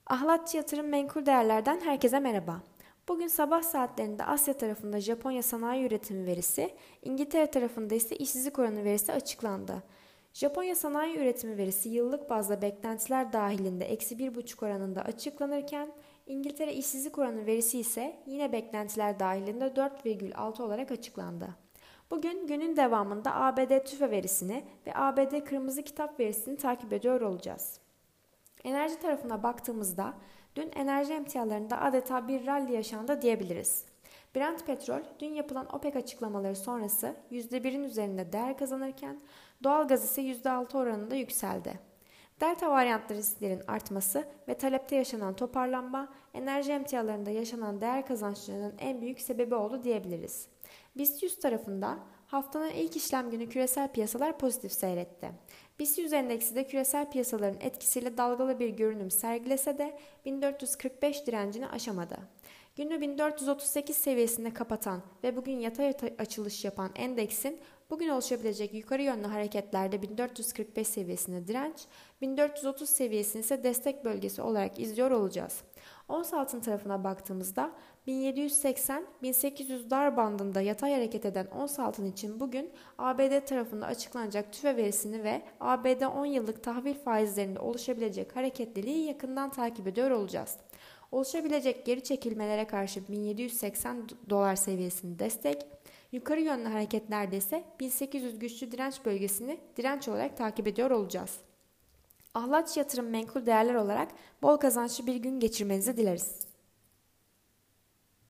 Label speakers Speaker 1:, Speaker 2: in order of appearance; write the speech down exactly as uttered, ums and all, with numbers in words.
Speaker 1: Ahlatçı Yatırım Menkul Değerler'den herkese merhaba. Bugün sabah saatlerinde Asya tarafında Japonya sanayi üretimi verisi, İngiltere tarafında ise işsizlik oranı verisi açıklandı. Japonya sanayi üretimi verisi yıllık bazda beklentiler dahilinde eksi bir buçuk oranında açıklanırken, İngiltere işsizlik oranı verisi ise yine beklentiler dahilinde dört virgül altı olarak açıklandı. Bugün günün devamında A B D TÜFE verisini ve A B D Kırmızı Kitap verisini takip ediyor olacağız. Enerji tarafına baktığımızda dün enerji emtialarında adeta bir rally yaşandı diyebiliriz. Brent petrol dün yapılan OPEC açıklamaları sonrası yüzde birin üzerinde değer kazanırken doğalgaz ise yüzde altı oranında yükseldi. Delta varyantlı risklerin artması ve talepte yaşanan toparlanma enerji emtialarında yaşanan değer kazançlarının en büyük sebebi oldu diyebiliriz. BIST yüz tarafında haftanın ilk işlem günü küresel piyasalar pozitif seyretti. BIST yüz endeksi de küresel piyasaların etkisiyle dalgalı bir görünüm sergilese de bin dört yüz kırk beş direncini aşamadı. Günü bin dört yüz otuz sekiz seviyesinde kapatan ve bugün yatay açılış yapan endeksin bugün oluşabilecek yukarı yönlü hareketlerde bin dört yüz kırk beş seviyesinde direnç, bin dört yüz otuz seviyesini ise destek bölgesi olarak izliyor olacağız. Ons altın tarafına baktığımızda bin yedi yüz seksen bin sekiz yüz dar bandında yatay hareket eden ons altın için bugün A B D tarafında açıklanacak TÜFE verisini ve A B D on yıllık tahvil faizlerinde oluşabilecek hareketliliği yakından takip ediyor olacağız. Oluşabilecek geri çekilmelere karşı bin yedi yüz seksen dolar seviyesini destek, yukarı yönlü hareketlerde ise bin sekiz yüz güçlü direnç bölgesini direnç olarak takip ediyor olacağız. Ahlatçı Yatırım Menkul Değerler olarak bol kazançlı bir gün geçirmenizi dileriz.